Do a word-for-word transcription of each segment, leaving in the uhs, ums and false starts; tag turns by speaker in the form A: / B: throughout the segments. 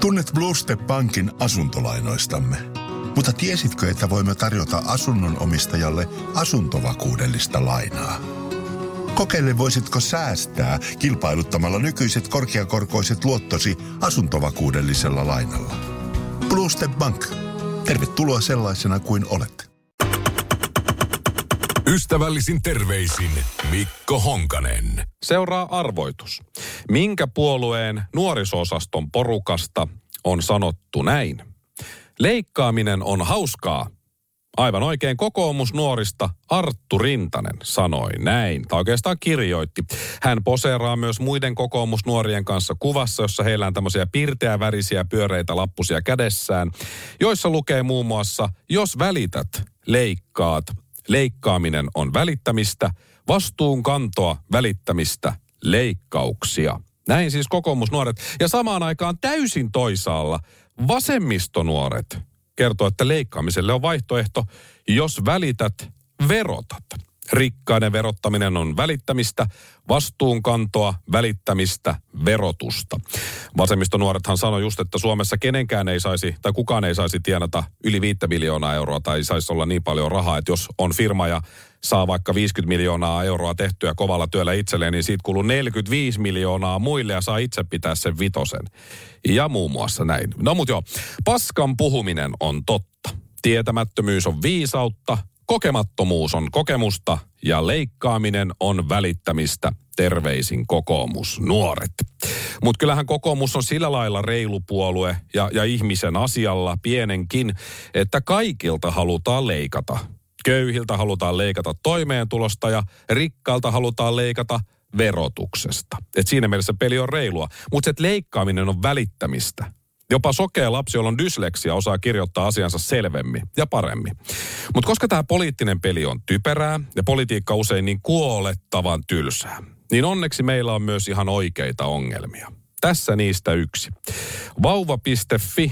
A: Tunnet Blue Step Bankin asuntolainoistamme. Mutta tiesitkö, että voimme tarjota asunnon omistajalle asuntovakuudellista lainaa? Kokeile, voisitko säästää kilpailuttamalla nykyiset korkeakorkoiset luottosi asuntovakuudellisella lainalla. Blue Step Bank. Tervetuloa sellaisena kuin olet.
B: Ystävällisin terveisin Mikko Honkanen.
C: Seuraa arvoitus. Minkä puolueen nuoriso-osaston porukasta on sanottu näin? Leikkaaminen on hauskaa. Aivan oikein, kokoomusnuorista Arttu Rintanen sanoi näin, tai oikeastaan kirjoitti. Hän poseeraa myös muiden kokoomusnuorien kanssa kuvassa, jossa heillä on tämmöisiä pirteävärisiä pyöreitä lappusia kädessään, joissa lukee muun muassa, jos välität, leikkaat. Leikkaaminen on välittämistä, vastuunkantoa, välittämistä, leikkauksia. Näin siis kokoomusnuoret. Ja samaan aikaan täysin toisaalla vasemmistonuoret kertoo, että leikkaamiselle on vaihtoehto, jos välität, verotat. Rikkaiden verottaminen on välittämistä, vastuunkantoa, välittämistä, verotusta. Vasemmistonuorethan sanoi just, että Suomessa kenenkään ei saisi, tai kukaan ei saisi tienata yli viittä miljoonaa euroa, tai saisi olla niin paljon rahaa, että jos on firma ja saa vaikka viisikymmentä miljoonaa euroa tehtyä kovalla työllä itselleen, niin siitä kuluu neljäkymmentäviisi miljoonaa muille ja saa itse pitää sen vitosen. Ja muun muassa näin. No mut joo, paskan puhuminen on totta. Tietämättömyys on viisautta. Kokemattomuus on kokemusta ja leikkaaminen on välittämistä. Terveisin kokoomusnuoret. Mutta kyllähän kokoomus on sillä lailla reilu puolue ja, ja ihmisen asialla pienenkin, että kaikilta halutaan leikata. Köyhiltä halutaan leikata toimeentulosta ja rikkailta halutaan leikata verotuksesta. Et siinä mielessä peli on reilua, mutta se leikkaaminen on välittämistä. Jopa sokea lapsi, jolla on dysleksia, osaa kirjoittaa asiansa selvemmin ja paremmin. Mutta koska tämä poliittinen peli on typerää ja politiikka usein niin kuolettavan tylsää, niin onneksi meillä on myös ihan oikeita ongelmia. Tässä niistä yksi. Vauva piste fi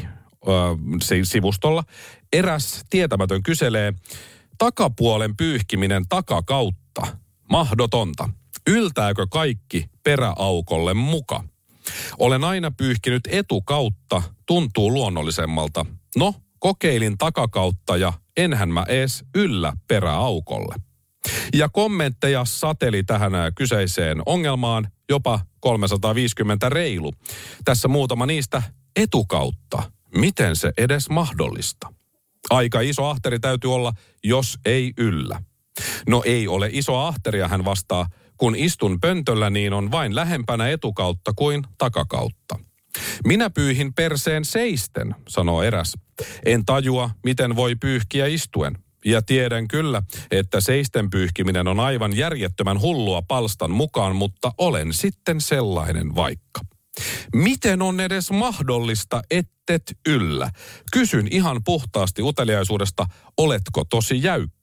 C: äh, sivustolla eräs tietämätön kyselee, takapuolen pyyhkiminen takakautta. Mahdotonta. Yltääkö kaikki peräaukolle muka? Olen aina pyyhkinyt etukautta, tuntuu luonnollisemmalta. No, kokeilin takakautta ja enhän mä ees yllä peräaukolle. Ja kommentteja sateli tähän kyseiseen ongelmaan, jopa kolmesataaviisikymmentä reilu. Tässä muutama niistä etukautta. Miten se edes mahdollista? Aika iso ahteri täytyy olla, jos ei yllä. No ei ole iso ahteria, hän vastaa. Kun istun pöntöllä, niin on vain lähempänä etukautta kuin takakautta. Minä pyyhin perseen seisten, sanoo eräs. En tajua, miten voi pyyhkiä istuen. Ja tiedän kyllä, että seisten pyyhkiminen on aivan järjettömän hullua palstan mukaan, mutta olen sitten sellainen vaikka. Miten on edes mahdollista, ettet yllä? Kysyn ihan puhtaasti uteliaisuudesta, oletko tosi jäykkä?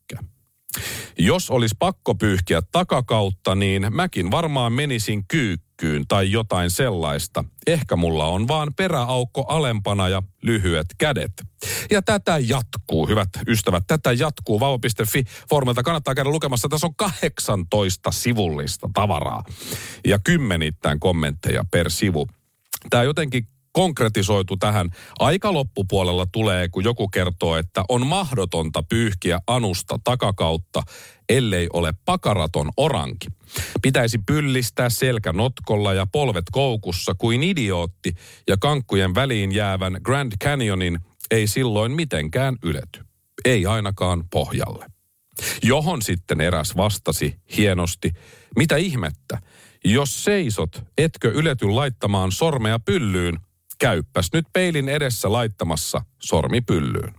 C: Jos olisi pakko pyyhkiä takakautta, niin mäkin varmaan menisin kyykkyyn tai jotain sellaista. Ehkä mulla on vaan peräaukko alempana ja lyhyet kädet. Ja tätä jatkuu, hyvät ystävät, tätä jatkuu vauva piste fi foorumilta. Kannattaa käydä lukemassa. Tässä on kahdeksantoista sivullista tavaraa ja kymmenittäin kommentteja per sivu. Tämä jotenkin konkretisoitu tähän. Aika loppupuolella tulee, kun joku kertoo, että on mahdotonta pyyhkiä anusta takakautta, ellei ole pakaraton oranki. Pitäisi pyllistää selkä notkolla ja polvet koukussa kuin idiootti, ja kankkujen väliin jäävän Grand Canyonin ei silloin mitenkään ylety. Ei ainakaan pohjalle. Johon sitten eräs vastasi hienosti, mitä ihmettä, jos seisot, etkö ylety laittamaan sormea pyllyyn, käyppäs nyt peilin edessä laittamassa sormi pyllyyn.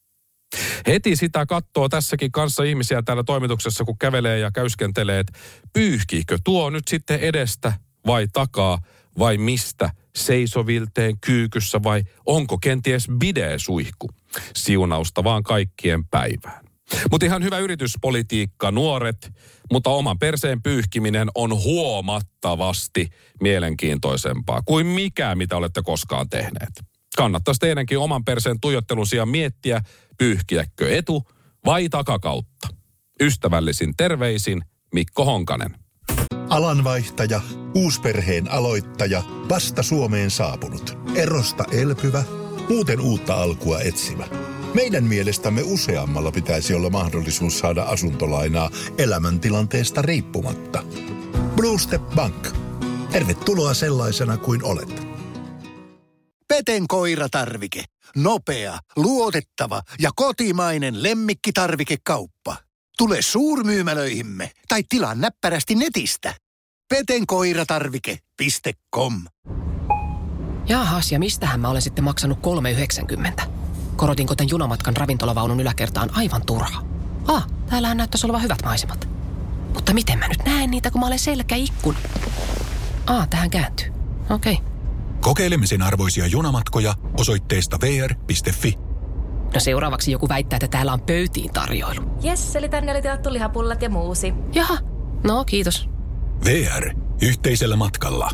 C: Heti sitä katsoo tässäkin kanssa ihmisiä täällä toimituksessa, kun kävelee ja käyskentelee, että pyyhkiikö tuo nyt sitten edestä vai takaa vai mistä, seisovilteen kyykyssä vai onko kenties bidee-suihku. Siunausta vaan kaikkien päivään. Mutta ihan hyvä yrityspolitiikka, nuoret, mutta oman perseen pyyhkiminen on huomattavasti mielenkiintoisempaa kuin mikä, mitä olette koskaan tehneet. Kannattaisi teidänkin oman perseen tuijottelun sijaan miettiä, pyyhkiäkö etu vai takakautta. Ystävällisin terveisin Mikko Honkanen.
A: Alanvaihtaja, uusperheen aloittaja, vasta Suomeen saapunut. Erosta elpyvä, muuten uutta alkua etsimä. Meidän mielestämme useammalla pitäisi olla mahdollisuus saada asuntolainaa elämäntilanteesta riippumatta. Blue Step Bank. Tervetuloa sellaisena kuin olet.
D: Peten koiratarvike. Nopea, luotettava ja kotimainen lemmikkitarvikekauppa. Tule suurmyymälöihimme tai tilaa näppärästi netistä. peten koiratarvike piste com.
E: Jaahas, ja mistähän mä olen sitten maksanut kolme yhdeksänkymmentä? Korotinko tän junamatkan ravintolavaunun yläkertaan aivan turha? Ah, täällähän näyttäisi olevan hyvät maisemat. Mutta miten mä nyt näen niitä, kun mä olen selkäikkun? Ah, tähän kääntyy. Okei. Okay.
F: Kokeilemisen arvoisia junamatkoja osoitteesta v r piste f i.
E: No seuraavaksi joku väittää, että täällä on pöytiin tarjoilu.
G: Jes, eli tänne oli tilattu lihapullat ja muusi.
E: Jaha, no kiitos.
F: V R. Yhteisellä matkalla.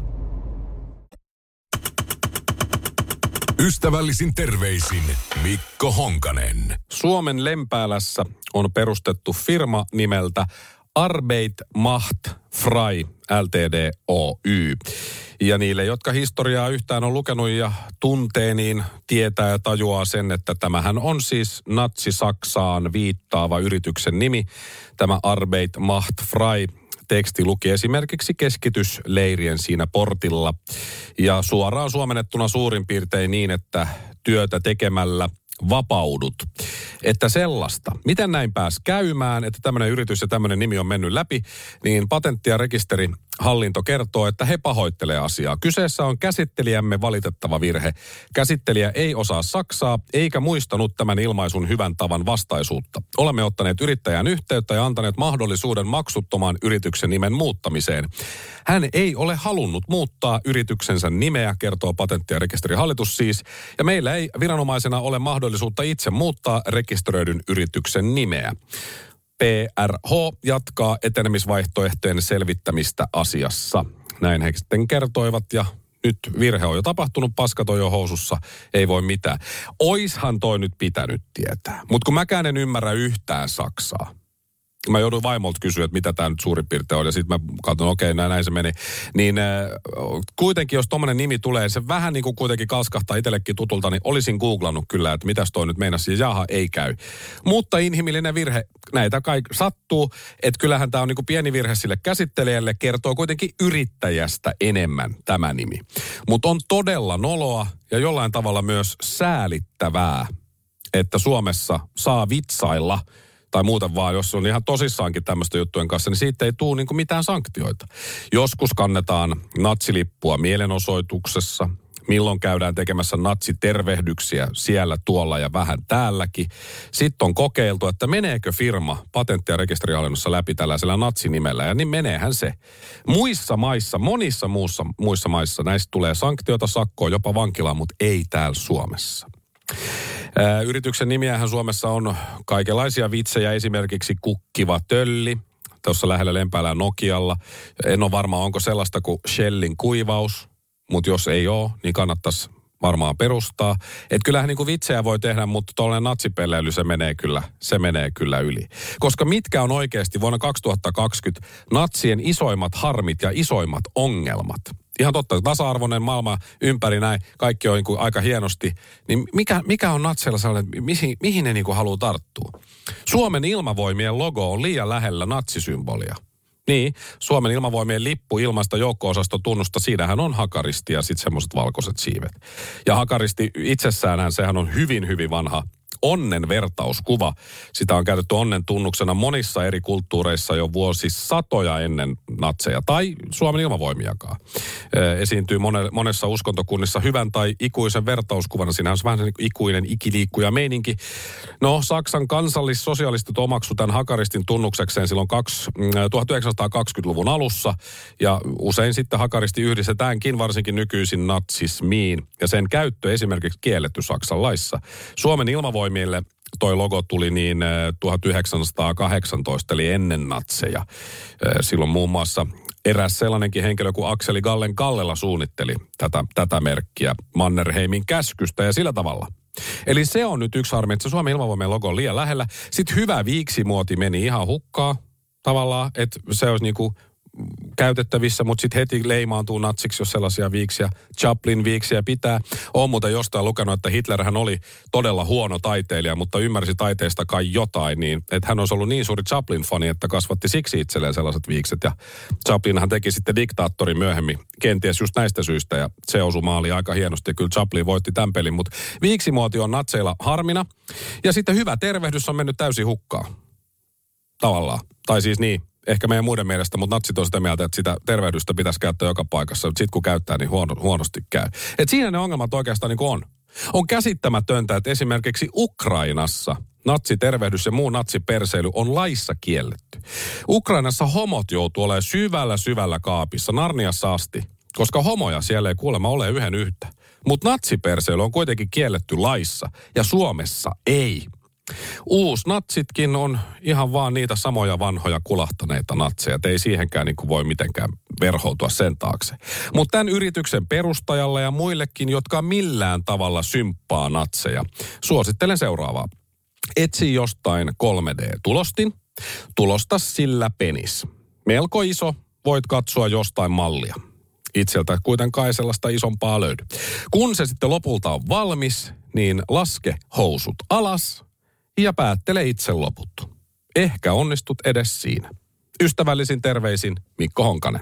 B: Ystävällisin terveisin Mikko Honkanen.
C: Suomen Lempäälässä on perustettu firma nimeltä Arbeit macht frei Ltd Oy. Ja niille, jotka historiaa yhtään on lukenut ja tuntee, niin tietää ja tajuaa sen, että tämähän on siis natsi-Saksaan viittaava yrityksen nimi. Tämä Arbeit macht frei teksti luki esimerkiksi keskitysleirien siinä portilla. Ja suoraan suomennettuna suurin piirtein niin, että työtä tekemällä vapaudut. Että sellaista. Miten näin pääsi käymään, että tämmöinen yritys ja tämmöinen nimi on mennyt läpi, niin patentti- ja rekisterihallinto kertoo, että he pahoittelee asiaa. Kyseessä on käsittelijämme valitettava virhe. Käsittelijä ei osaa saksaa, eikä muistanut tämän ilmaisun hyvän tavan vastaisuutta. Olemme ottaneet yrittäjään yhteyttä ja antaneet mahdollisuuden maksuttomaan yrityksen nimen muuttamiseen. Hän ei ole halunnut muuttaa yrityksensä nimeä, kertoo patentti- ja rekisterihallitus siis, ja meillä ei viranomaisena ole mahdollisuutta itse muuttaa rekisteröidyn yrityksen nimeä. P R H jatkaa etenemisvaihtoehtojen selvittämistä asiassa. Näin he sitten kertoivat ja nyt virhe on jo tapahtunut, paskat on jo housussa, ei voi mitään. Oishan toi nyt pitänyt tietää, mutta kun mäkään en ymmärrä yhtään saksaa. Mä jouduin vaimolta kysyä, että mitä tämä nyt suurin piirtein on, ja sitten mä katson, okei, okay, näin, näin se meni. Niin äh, kuitenkin, jos tommonen nimi tulee, se vähän niin kuin kuitenkin kalskahtaa itsellekin tutulta, niin olisin googlannut kyllä, että mitäs toi nyt meinasi, ja jaha, ei käy. Mutta inhimillinen virhe, näitä kai sattuu, että kyllähän tämä on niin kuin pieni virhe sille käsittelijälle, kertoo kuitenkin yrittäjästä enemmän tämä nimi. Mutta on todella noloa ja jollain tavalla myös säälittävää, että Suomessa saa vitsailla tai muuten vaan, jos on ihan tosissaankin tämmöistä juttujen kanssa, niin siitä ei tule niinku mitään sanktioita. Joskus kannetaan natsilippua mielenosoituksessa, milloin käydään tekemässä natsitervehdyksiä siellä, tuolla ja vähän täälläkin. Sitten on kokeiltu, että meneekö firma patentti- ja rekisterihallinnossa läpi tällaisella natsinimellä, ja niin meneehän se. Muissa maissa, monissa muussa, muissa maissa näistä tulee sanktioita, sakkoa, jopa vankilaan, mutta ei täällä Suomessa. Ää, yrityksen nimiähän Suomessa on kaikenlaisia vitsejä, esimerkiksi kukkiva tölli, tuossa lähellä Lempäälän Nokialla. En ole varma, onko sellaista kuin Shellin kuivaus, mutta jos ei ole, niin kannattaisi varmaan perustaa. Että kyllähän niin kuin vitsejä voi tehdä, mutta tuollainen natsipelleily, se menee kyllä, se menee kyllä yli. Koska mitkä on oikeasti vuonna kaksituhattakaksikymmentä natsien isoimmat harmit ja isoimmat ongelmat? Ihan totta, tasa-arvoinen maailma ympäri näin, kaikki on niin kuin aika hienosti. Niin mikä, mikä on natseilla sellainen, mihin, mihin ne niin kuin haluaa tarttua? Suomen ilmavoimien logo on liian lähellä natsisymbolia. Niin, Suomen ilmavoimien lippu ilmaista joukko-osastotunnusta, siinähän on hakaristi ja sitten semmoiset valkoiset siivet. Ja hakaristi itsessäänhän sehän on hyvin, hyvin vanha onnen vertauskuva. Sitä on käytetty onnen tunnuksena monissa eri kulttuureissa jo vuosisatoja ennen natseja tai Suomen ilmavoimiakaan. Ee, esiintyy mone, monessa uskontokunnissa hyvän tai ikuisen vertauskuvana. Siinähän on vähän niin ikuinen ikiliikkuja meininki. No, Saksan kansallissosialistit omaksu tämän hakaristin tunnuksekseen silloin kaksi, tuhatyhdeksänsataakaksikymmentäluvun alussa. Ja usein sitten hakaristi yhdistetäänkin varsinkin nykyisin natsismiin. Ja sen käyttö esimerkiksi kielletty Saksan laissa. Suomen ilmavoimien toi logo tuli niin tuhatyhdeksänsataakahdeksantoista, eli ennen natseja. Silloin muun muassa eräs sellainenkin henkilö kuin Akseli Gallen Kallela suunnitteli tätä, tätä merkkiä Mannerheimin käskystä ja sillä tavalla. Eli se on nyt yksi harmi, että se Suomen ilmavoimien logo on liian lähellä. Sitten hyvä viiksimuoti meni ihan hukkaa tavallaan, että se olisi niinku käytettävissä, mutta sitten heti leimaantuu natsiksi, jos sellaisia viiksiä, Chaplin-viiksiä pitää. Olen muuten jostain lukenut, että Hitlerhän oli todella huono taiteilija, mutta ymmärsi taiteesta kai jotain, niin että hän olisi ollut niin suuri Chaplin-fani, että kasvatti siksi itselleen sellaiset viikset. Ja Chaplinhan teki sitten Diktaattori myöhemmin, kenties just näistä syistä, ja se osui maaliin aika hienosti, ja kyllä Chaplin voitti tämän pelin, mutta viiksimuoti on natseilla harmina, ja sitten hyvä tervehdys on mennyt täysin hukkaan. Tavallaan. Tai siis niin, ehkä meidän muiden mielestä, mutta natsit on sitä mieltä, että sitä tervehdystä pitäisi käyttää joka paikassa. Mutta sitten kun käyttää, niin huono, huonosti käy. Et siinä ne ongelmat oikeastaan niin kuin on. On käsittämätöntä, että esimerkiksi Ukrainassa natsitervehdys ja muu natsiperseily on laissa kielletty. Ukrainassa homot joutuu olemaan syvällä syvällä kaapissa, Narniassa asti, koska homoja siellä ei kuulemma ole yhden yhtä. Mutta natsiperseily on kuitenkin kielletty laissa ja Suomessa ei. Uusnatsitkin on ihan vaan niitä samoja vanhoja kulahtaneita natseja. Et ei siihenkään niin kuin voi mitenkään verhoutua sen taakse. Mutta tämän yrityksen perustajalle ja muillekin, jotka millään tavalla symppaa natseja, suosittelen seuraavaa. Etsi jostain kolme D-tulostin, tulosta sillä penis. Melko iso, voit katsoa jostain mallia. Itseltä kuitenkaan ei sellaista isompaa löydy. Kun se sitten lopulta on valmis, niin laske housut alas ja päättele itse loput. Ehkä onnistut edes siinä. Ystävällisin terveisin Mikko Honkanen.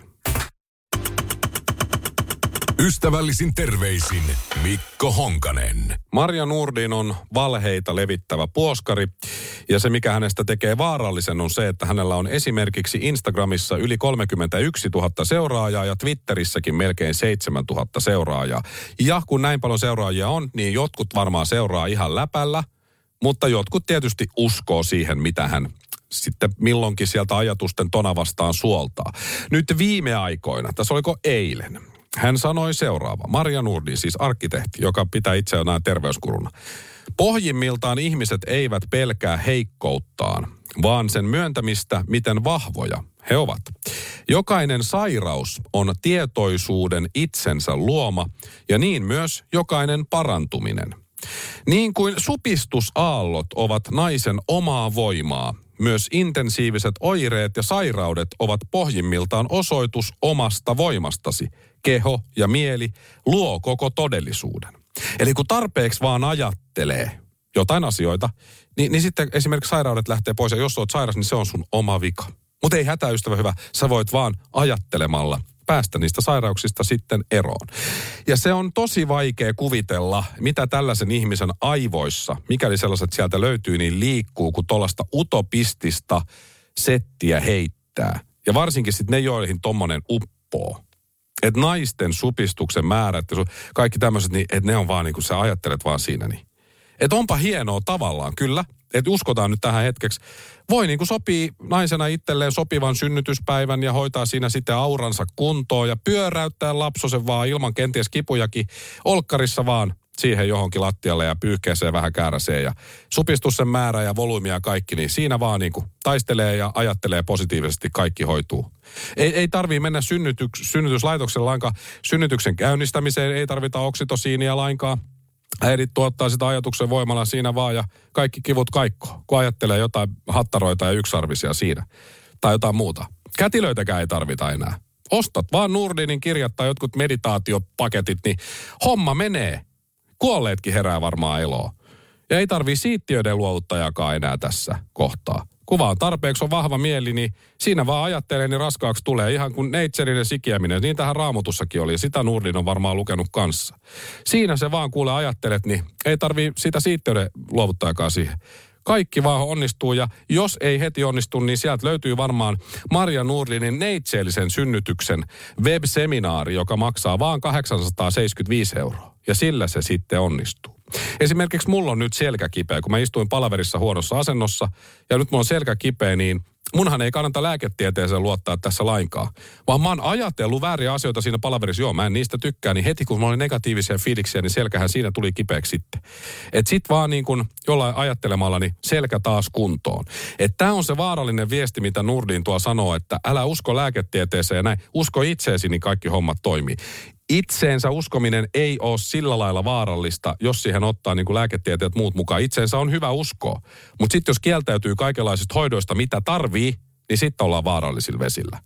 B: Ystävällisin terveisin Mikko Honkanen.
C: Marja Nordin on valheita levittävä puoskari. Ja se, mikä hänestä tekee vaarallisen, on se, että hänellä on esimerkiksi Instagramissa yli kolmekymmentäyksituhatta seuraajaa ja Twitterissäkin melkein seitsemäntuhatta seuraajaa. Ja kun näin paljon seuraajia on, niin jotkut varmaan seuraa ihan läpällä, mutta jotkut tietysti uskoo siihen, mitä hän sitten milloinkin sieltä ajatusten tonavastaan suoltaa. Nyt viime aikoina, tässä oliko eilen, hän sanoi seuraava. Marja Nordin, siis arkkitehti, joka pitää itseään terveyskuruna. Pohjimmiltaan ihmiset eivät pelkää heikkouttaan, vaan sen myöntämistä, miten vahvoja he ovat. Jokainen sairaus on tietoisuuden itsensä luoma ja niin myös jokainen parantuminen. Niin kuin supistusaallot ovat naisen omaa voimaa, myös intensiiviset oireet ja sairaudet ovat pohjimmiltaan osoitus omasta voimastasi. Keho ja mieli luo koko todellisuuden. Eli kun tarpeeksi vaan ajattelee jotain asioita, niin, niin sitten esimerkiksi sairaudet lähtee pois. Ja jos olet sairas, niin se on sun oma vika. Mutta ei hätä, ystävä hyvä, sä voit vaan ajattelemalla päästä niistä sairauksista sitten eroon. Ja se on tosi vaikea kuvitella, mitä tällaisen ihmisen aivoissa, mikäli sellaiset sieltä löytyy, niin liikkuu, kun tuollaista utopistista settiä heittää. Ja varsinkin sitten ne, joihin tommonen uppoo. Että naisten supistuksen määrät ja kaikki tämmöiset, niin että ne on vaan niin kuin sä ajattelet vaan siinä. Niin. Että onpa hienoa tavallaan, kyllä. Että uskotaan nyt tähän hetkeksi. Voi niin kuin sopii naisena itselleen sopivan synnytyspäivän ja hoitaa siinä sitten auransa kuntoon ja pyöräyttää lapsosen vaan ilman kenties kipujakin olkkarissa vaan siihen johonkin lattialle ja pyyhkeeseen vähän kääräseen ja supistus sen määrä ja volyymiä ja kaikki, niin siinä vaan niin kuin taistelee ja ajattelee positiivisesti, kaikki hoituu. Ei, ei tarvii mennä synnytyks, synnytyslaitoksella lainkaan synnytyksen käynnistämiseen, ei tarvita oksitosiinia lainkaan. Äidit tuottaa sitä ajatuksen voimalla siinä vaan ja kaikki kivut kaikko, kun ajattelee jotain hattaroita ja yksarvisia siinä tai jotain muuta. Kätilöitäkään ei tarvita enää. Ostat vaan Nordinin kirjat tai jotkut meditaatiopaketit, niin homma menee. Kuolleetkin herää varmaan eloa. Ja ei tarvii siittiöiden luovuttajakaan enää tässä kohtaa. Kun vaan tarpeeksi on vahva mieli, niin siinä vaan ajattelee, niin raskaaksi tulee ihan kuin neitserinen sikiäminen. Niin tähän Raamatussakin oli, ja sitä Nordin on varmaan lukenut kanssa. Siinä se vaan kuule ajattelet, niin ei tarvii sitä siittiöiden luovuttajakaan siihen. Kaikki vaan onnistuu, ja jos ei heti onnistu, niin sieltä löytyy varmaan Marja Nordinin neitseellisen synnytyksen web-seminaari, joka maksaa vaan kahdeksansataaseitsemänkymmentäviisi euroa. Ja sillä se sitten onnistuu. Esimerkiksi mulla on nyt selkä kipeä, kun mä istuin palaverissa huonossa asennossa, ja nyt mulla on selkä kipeä, niin munhan ei kannata lääketieteeseen luottaa tässä lainkaan. Vaan mä oon ajatellut vääriä asioita siinä palaverissa, joo mä en niistä tykkää, niin heti kun mulla oli negatiivisia fiiliksiä, niin selkähän siinä tuli kipeäksi sitten. Et sit vaan niin kun jollain ajattelemalla, niin selkä taas kuntoon. Että tää on se vaarallinen viesti, mitä Nordin tuo sanoo, että älä usko lääketieteeseen ja näin, usko itseesi, niin kaikki hommat toimii. Itseensä uskominen ei ole sillä lailla vaarallista, jos siihen ottaa niin kuin lääketieteet muut mukaan. Itseensä on hyvä uskoa. Mutta sitten jos kieltäytyy kaikenlaisista hoidoista, mitä tarvii, niin sitten ollaan vaarallisilla vesillä.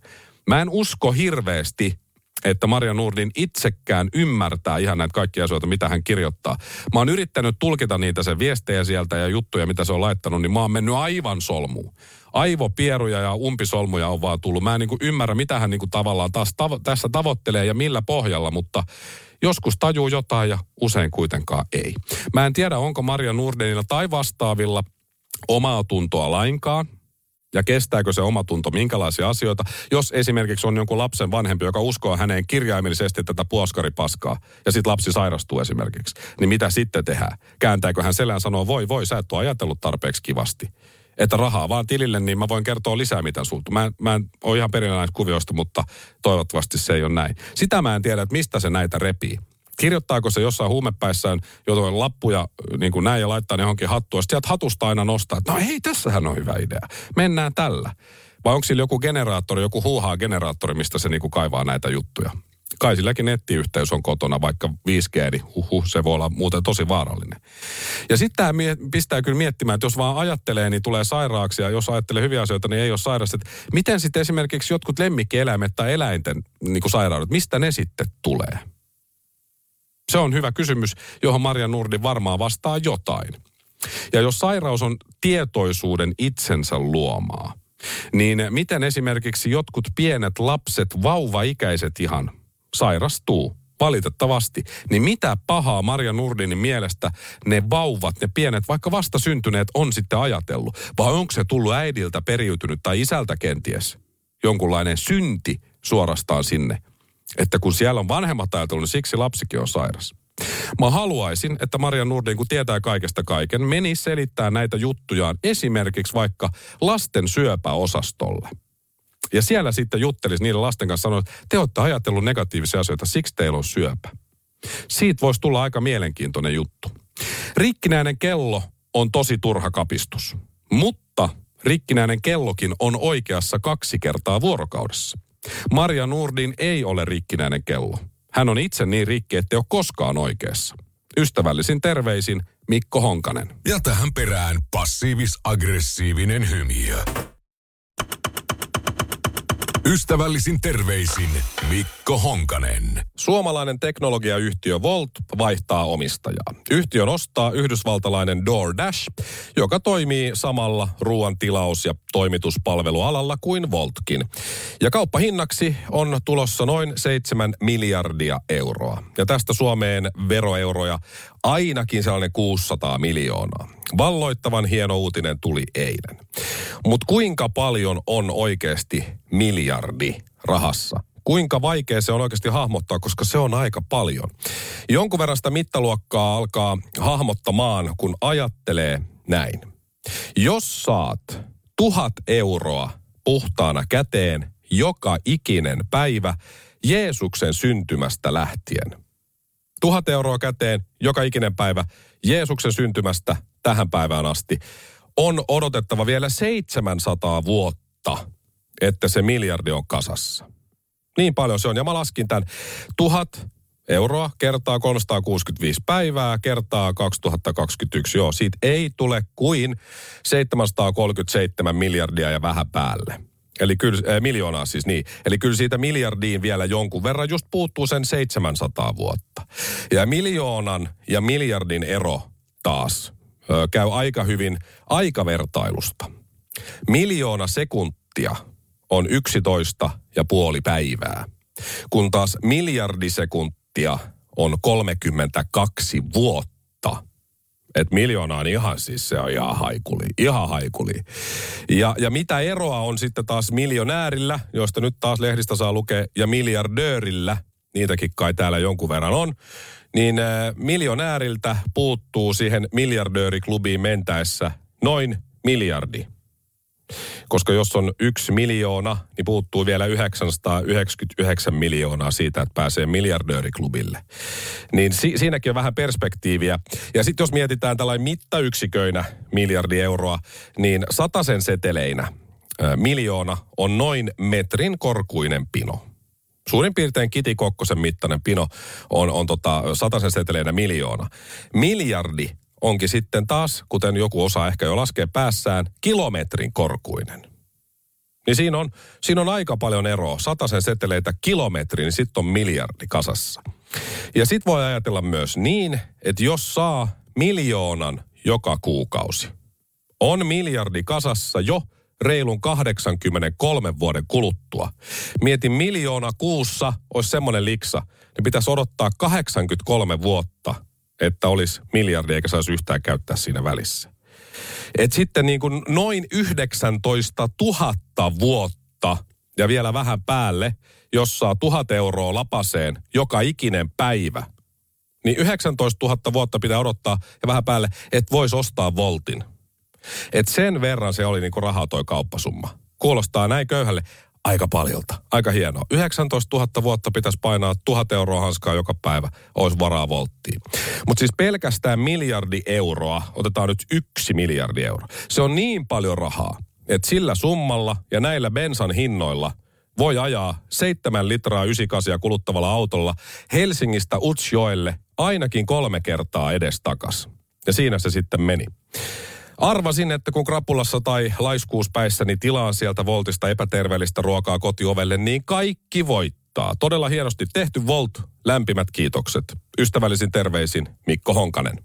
C: Mä en usko hirveästi, että Maria Nordin itsekään ymmärtää ihan näitä kaikkia asioita, mitä hän kirjoittaa. Mä oon yrittänyt tulkita niitä sen viestejä sieltä ja juttuja, mitä se on laittanut, niin mä oon mennyt aivan solmuun. Aivopieruja ja umpisolmuja on vaan tullut. Mä en niin kuin ymmärrä, mitä hän niin kuin tavallaan taas tavo- tässä tavoittelee ja millä pohjalla, mutta joskus tajuu jotain ja usein kuitenkaan ei. Mä en tiedä, onko Maria Nordenilla tai vastaavilla omaa tuntoa lainkaan. Ja kestääkö se omatunto minkälaisia asioita, jos esimerkiksi on jonkun lapsen vanhempi, joka uskoo häneen kirjaimellisesti tätä puoskaripaskaa, ja sitten lapsi sairastuu esimerkiksi, niin mitä sitten tehdään? Kääntääkö hän selään sanoo, voi voi, sä et ole ajatellut tarpeeksi kivasti. Että rahaa vaan tilille, niin mä voin kertoa lisää, mitä sulta. Mä, mä en ole ihan perillä näistä kuvioista, mutta toivottavasti se ei ole näin. Sitä mä en tiedä, että mistä se näitä repii. Kirjoittaako se jossain huumepäissään jotain lappuja niin kuin näin ja laittaa ne johonkin hattua. Sitten sieltä hatusta aina nostaa, että no hei, tässähän on hyvä idea. Mennään tällä. Vai onko sillä joku generaattori, joku huuhaa-generaattori, mistä se niin kuin kaivaa näitä juttuja? Kai silläkin nettiyhteys on kotona, vaikka viisi G, niin huhu, se voi olla muuten tosi vaarallinen. Ja sitten tämä mie- pistää kyllä miettimään, että jos vaan ajattelee, niin tulee sairaaksi, ja jos ajattelee hyviä asioita, niin ei ole sairas. Että miten sitten esimerkiksi jotkut lemmikkieläimet tai eläinten niin kuin sairaudet, mistä ne sitten tulee? Se on hyvä kysymys, johon Maria Nordin varmaan vastaa jotain. Ja jos sairaus on tietoisuuden itsensä luomaa, niin miten esimerkiksi jotkut pienet lapset, vauvaikäiset ihan, sairastuu valitettavasti, niin mitä pahaa Maria Nordinin mielestä ne vauvat, ne pienet, vaikka vasta syntyneet on sitten ajatellut? Vai onko se tullut äidiltä periytynyt tai isältä kenties jonkunlainen synti suorastaan sinne? Että kun siellä on vanhemmat ajatellut, niin siksi lapsikin on sairas. Mä haluaisin, että Maria Nordin, kun tietää kaikesta kaiken, meni selittää näitä juttujaan esimerkiksi vaikka lasten syöpäosastolle. Ja siellä sitten juttelisi niiden lasten kanssa sanoa, että te olette ajatellut negatiivisia asioita, siksi teillä on syöpä. Siitä voisi tulla aika mielenkiintoinen juttu. Rikkinäinen kello on tosi turha kapistus, mutta rikkinäinen kellokin on oikeassa kaksi kertaa vuorokaudessa. Maria Nordin ei ole rikkinäinen kello. Hän on itse niin rikki, ettei ole koskaan oikeassa. Ystävällisin terveisin Mikko Honkanen.
B: Ja tähän perään passiivis-aggressiivinen hymiö. Ystävällisin terveisin Mikko Honkanen.
C: Suomalainen teknologiayhtiö Wolt vaihtaa omistajaa. Yhtiön ostaa yhdysvaltalainen DoorDash, joka toimii samalla ruoan tilaus- ja toimituspalvelualalla kuin Woltkin. Ja kauppahinnaksi on tulossa noin seitsemän miljardia euroa. Ja tästä Suomeen veroeuroja ainakin sellainen kuusisataa miljoonaa. Valloittavan hieno uutinen tuli eilen. Mutta kuinka paljon on oikeasti miljardi rahassa? Kuinka vaikea se on oikeasti hahmottaa, koska se on aika paljon. Jonkun verran sitä mittaluokkaa alkaa hahmottamaan, kun ajattelee näin. Jos saat tuhat euroa puhtaana käteen joka ikinen päivä Jeesuksen syntymästä lähtien. Tuhat euroa käteen joka ikinen päivä Jeesuksen syntymästä tähän päivään asti. On odotettava vielä seitsemänsataa vuotta, että se miljardi on kasassa. Niin paljon se on. Ja mä laskin tämän tuhat euroa kertaa kolmesataakuusikymmentäviisi päivää kertaa kaksituhattakaksikymmentäyksi. Joo, siitä ei tule kuin seitsemänsataakolmekymmentäseitsemän miljardia ja vähän päälle. Eli kyllä, äh, miljoonaa siis niin. Eli kyllä siitä miljardiin vielä jonkun verran just puuttuu sen seitsemänsataa vuotta. Ja miljoonan ja miljardin ero taas ö, käy aika hyvin aikavertailusta. Miljoona sekuntia on yksitoista ja puoli päivää, kun taas miljardisekuntia on kolmekymmentäkaksi vuotta. Että miljoona on ihan siis, se on ihan haikuli, ihan haikuli. Ja, ja mitä eroa on sitten taas miljonäärillä, josta nyt taas lehdistä saa lukea, ja miljardöörillä, niitäkin kai täällä jonkun verran on, niin äh, miljonääriltä puuttuu siihen miljardööriklubiin mentäessä noin miljardi. Koska jos on yksi miljoona, niin puuttuu vielä yhdeksänsataayhdeksänkymmentäyhdeksän miljoonaa siitä, että pääsee miljardööriklubille. Niin si- siinäkin on vähän perspektiiviä. Ja sitten jos mietitään tällainen mittayksiköinä miljardi euroa, niin satasen seteleinä ä, miljoona on noin metrin korkuinen pino. Suurin piirtein Kiti Kokkosen mittainen pino on, on tota, satasen seteleinä miljoona. Miljardi onkin sitten taas, kuten joku osaa ehkä jo laskee päässään, kilometrin korkuinen.
H: Niin siinä on, siinä on aika paljon eroa. Satasen seteleitä kilometri, niin sitten on miljardi kasassa. Ja sitten voi ajatella myös niin, että jos saa miljoonan joka kuukausi, on miljardi kasassa jo reilun kahdeksankymmentäkolme vuoden kuluttua. Mietin miljoona kuussa, olisi semmoinen liksa, niin pitäisi odottaa kahdeksankymmentäkolme vuotta, että olisi miljardi eikä saisi yhtään käyttää siinä välissä. Et sitten niin kuin noin yhdeksäntoista tuhatta vuotta ja vielä vähän päälle, jos saa tuhat euroa lapaseen joka ikinen päivä, niin yhdeksäntoista tuhatta vuotta pitää odottaa ja vähän päälle, että voisi ostaa voltin. Et sen verran se oli niinku rahaa toi kauppasumma. Kuulostaa näin köyhälle aika paljolta. Aika hienoa. yhdeksäntoista tuhatta vuotta pitäisi painaa tuhat euroa hanskaa joka päivä. Olisi varaa volttiin. Mutta siis pelkästään miljardi euroa, otetaan nyt yksi miljardi euroa. Se on niin paljon rahaa, että sillä summalla ja näillä bensan hinnoilla voi ajaa seitsemän litraa yhdeksänkymmentäkahdeksan kuluttavalla autolla Helsingistä Utsjoelle ainakin kolme kertaa edestakas. Ja siinä se sitten meni. Arvasin, että kun krapulassa tai laiskuuspäissäni tilaan sieltä Voltista epäterveellistä ruokaa kotiovelle, niin kaikki voittaa. Todella hienosti tehty Volt. Lämpimät kiitokset. Ystävällisin terveisin Mikko Honkanen.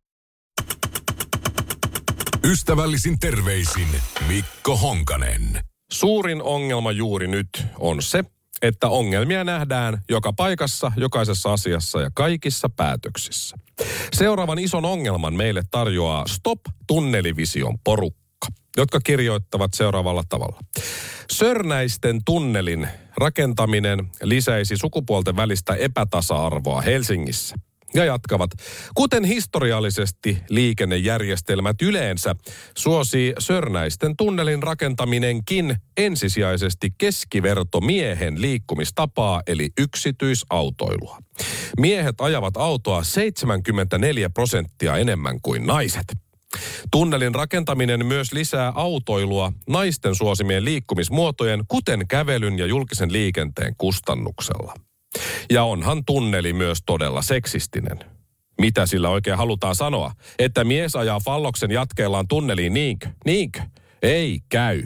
B: Ystävällisin terveisin Mikko Honkanen.
H: Suurin ongelma juuri nyt on se, että ongelmia nähdään joka paikassa, jokaisessa asiassa ja kaikissa päätöksissä. Seuraavan ison ongelman meille tarjoaa Stop Tunnelivision porukka, jotka kirjoittavat seuraavalla tavalla. Sörnäisten tunnelin rakentaminen lisäisi sukupuolten välistä epätasa-arvoa Helsingissä. Ja jatkavat. Kuten historiallisesti liikennejärjestelmät yleensä suosii Sörnäisten tunnelin rakentaminenkin ensisijaisesti keskivertomiehen liikkumistapaa eli yksityisautoilua. Miehet ajavat autoa seitsemänkymmentäneljä prosenttia enemmän kuin naiset. Tunnelin rakentaminen myös lisää autoilua naisten suosimien liikkumismuotojen, kuten kävelyn ja julkisen liikenteen kustannuksella. Ja onhan tunneli myös todella seksistinen. Mitä sillä oikein halutaan sanoa? Että mies ajaa falloksen jatkeellaan tunneliin, niinkö? Niinkö? Ei käy.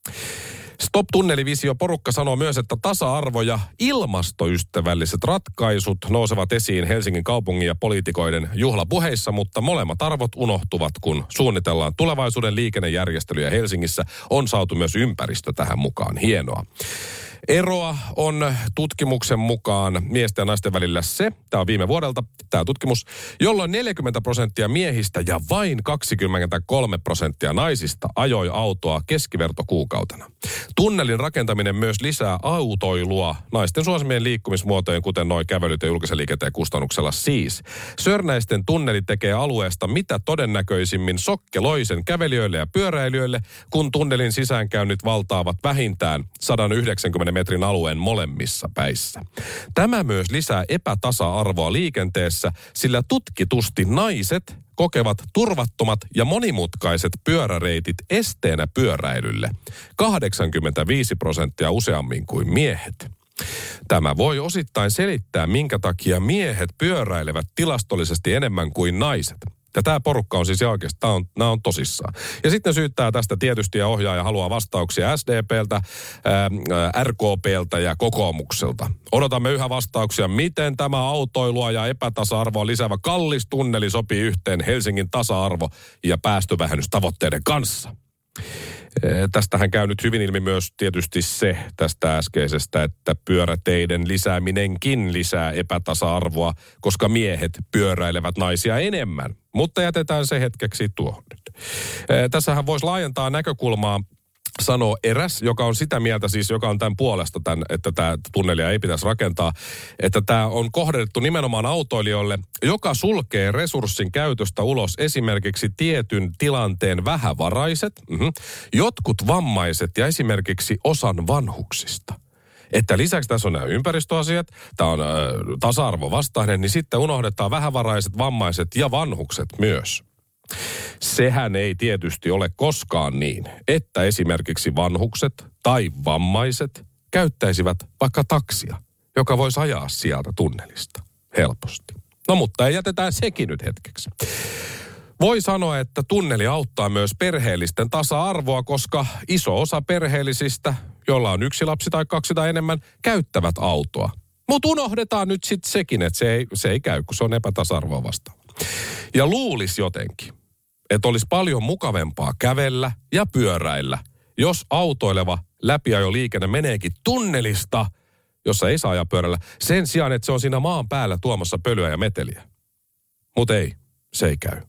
H: Stop Tunnelivisio porukka sanoo myös, että tasa-arvo ja ilmastoystävälliset ratkaisut nousevat esiin Helsingin kaupungin ja poliitikoiden juhlapuheissa, mutta molemmat arvot unohtuvat, kun suunnitellaan tulevaisuuden liikennejärjestelyjä Helsingissä. On saatu myös ympäristö tähän mukaan. Hienoa. Eroa on tutkimuksen mukaan miesten ja naisten välillä se, tämä on viime vuodelta tämä tutkimus, jolloin neljäkymmentä prosenttia miehistä ja vain kaksikymmentäkolme prosenttia naisista ajoi autoa keskivertokuukautena. Tunnelin rakentaminen myös lisää autoilua naisten suosimien liikkumismuotojen, kuten noi kävelyt ja julkisen liikenteen kustannuksella siis. Sörnäisten tunneli tekee alueesta mitä todennäköisimmin sokkeloisen kävelijöille ja pyöräilijöille, kun tunnelin sisäänkäynnit valtaavat vähintään sata yhdeksänkymmentä metrin alueen molemmissa päissä. Tämä myös lisää epätasa-arvoa liikenteessä, sillä tutkitusti naiset kokevat turvattomat ja monimutkaiset pyöräreitit esteenä pyöräilylle kahdeksankymmentäviisi prosenttia useammin kuin miehet. Tämä voi osittain selittää, minkä takia miehet pyöräilevät tilastollisesti enemmän kuin naiset. Ja tämä porukka on siis oikeasti, tämä on, nämä on tosissaan. Ja sitten syyttää tästä tietysti ja ohjaaja haluaa vastauksia S D P:ltä, ää, R K P:ltä ja kokoomukselta. Odotamme yhä vastauksia, miten tämä autoilua ja epätasa-arvoa lisäävä kallis tunneli sopii yhteen Helsingin tasa-arvo- ja päästövähennystavoitteiden kanssa. Tästähän käy nyt hyvin ilmi myös tietysti se tästä äskeisestä, että pyöräteiden lisääminenkin lisää epätasa-arvoa, koska miehet pyöräilevät naisia enemmän. Mutta jätetään se hetkeksi tuohon nyt. Tässähän voisi laajentaa näkökulmaa, sanoo eräs, joka on sitä mieltä siis, joka on tämän puolesta, tämän, että tämä tunnelia ei pitäisi rakentaa, että tämä on kohdennettu nimenomaan autoilijoille, joka sulkee resurssin käytöstä ulos esimerkiksi tietyn tilanteen vähävaraiset, mm-hmm, jotkut vammaiset ja esimerkiksi osan vanhuksista. Että lisäksi tässä on nämä ympäristöasiat, tämä on äh, tasa-arvovastainen, niin sitten unohdetaan vähävaraiset, vammaiset ja vanhukset myös. Sehän ei tietysti ole koskaan niin, että esimerkiksi vanhukset tai vammaiset käyttäisivät vaikka taksia, joka voisi ajaa sieltä tunnelista helposti. No mutta ei jätetään sekin nyt hetkeksi. Voi sanoa, että tunneli auttaa myös perheellisten tasa-arvoa, koska iso osa perheellisistä, joilla on yksi lapsi tai kaksi tai enemmän, käyttävät autoa. Mutta unohdetaan nyt sitten sekin, että se ei, se ei käy, kun se on epätasa-arvoa vastaava. Ja luulisi jotenkin, että olisi paljon mukavempaa kävellä ja pyöräillä, jos autoileva läpiajoliikenne meneekin tunnelista, jossa ei saa ajaa pyörällä, sen sijaan, että se on siinä maan päällä tuomassa pölyä ja meteliä. Mutta ei, se ei käy.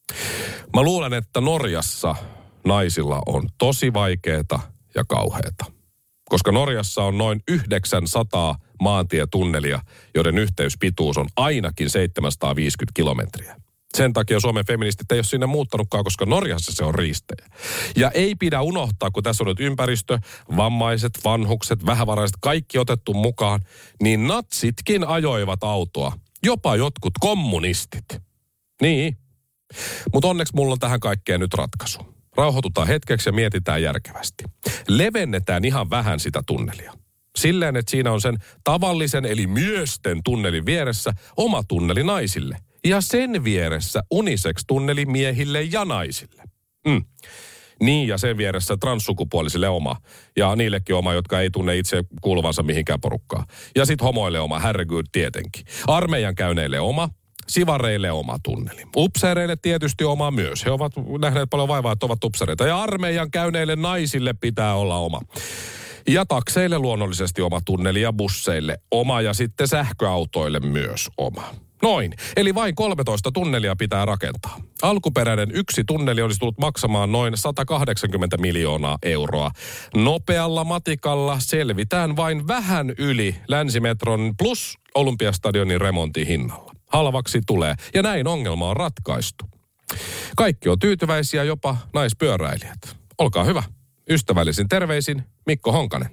H: Mä luulen, että Norjassa naisilla on tosi vaikeeta ja kauheeta. Koska Norjassa on noin yhdeksänsataa maantietunnelia, joiden yhteyspituus on ainakin seitsemänsataaviisikymmentä kilometriä. Sen takia Suomen feministit ei ole sinne muuttanutkaan, koska Norjassa se on riistejä. Ja ei pidä unohtaa, kun tässä on nyt ympäristö, vammaiset, vanhukset, vähävaraiset, kaikki otettu mukaan, niin natsitkin ajoivat autoa. Jopa jotkut kommunistit. Niin. Mutta onneksi mulla on tähän kaikkeen nyt ratkaisu. Rauhoitutaan hetkeksi ja mietitään järkevästi. Levennetään ihan vähän sitä tunnelia. Silleen, että siinä on sen tavallisen eli miesten tunnelin vieressä oma tunneli naisille. Ja sen vieressä unisex-tunneli miehille ja naisille. Mm. Niin, ja sen vieressä transsukupuolisille oma. Ja niillekin oma, jotka ei tunne itse kuuluvansa mihinkään porukkaan. Ja sitten homoille oma, herregud tietenkin. Armeijan käyneille oma. Sivareille oma tunneli. Upseereille tietysti oma myös. He ovat nähneet paljon vaivaa, että ovat upseereita. Ja armeijan käyneille naisille pitää olla oma. Ja takseille luonnollisesti oma tunneli ja busseille oma ja sitten sähköautoille myös oma. Noin. Eli vain kolmetoista tunnelia pitää rakentaa. Alkuperäinen yksi tunneli olisi tullut maksamaan noin sata kahdeksankymmentä miljoonaa euroa. Nopealla matikalla selvitään vain vähän yli Länsimetron plus Olympiastadionin remontin hinnalla. Halvaksi tulee. Ja näin ongelma on ratkaistu. Kaikki on tyytyväisiä, jopa naispyöräilijät. Olkaa hyvä. Ystävällisin terveisin Mikko Honkanen.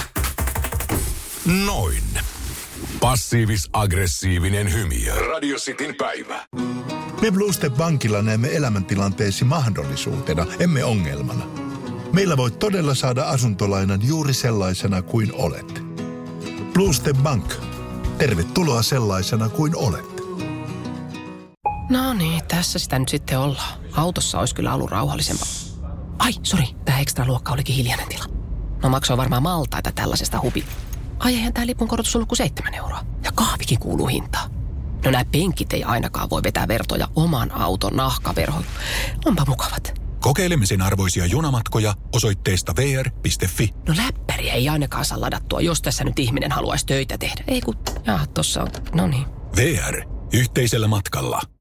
B: Noin. Passiivis-aggressiivinen hymiö. Radio Cityn päivä.
A: Me Blue Step Bankilla näemme elämäntilanteesi mahdollisuutena, emme ongelmana. Meillä voit todella saada asuntolainan juuri sellaisena kuin olet. Blue Step Bank. Tervetuloa sellaisena kuin olet.
E: No niin, tässä sitä nyt sitten ollaan. Autossa olisi kyllä ollut rauhallisempaa. Ai, sori, tämä ekstra luokka olikin hiljainen tila. No maksoi varmaan maltaita tällaisesta hubi. Ai eihän tää lipun korotus ollut kuin seitsemän euroa. Ja kahvikin kuuluu hintaan. No nämä penkit ei ainakaan voi vetää vertoja oman auton nahkaverhoon. Onpa mukavat.
F: Kokeilemisen arvoisia junamatkoja osoitteesta v r piste f i.
E: No läppäriä ei ainakaan saa ladattua, jos tässä nyt ihminen haluaisi töitä tehdä. Ei kun, jaa, tossa on, no niin.
F: V R. Yhteisellä matkalla.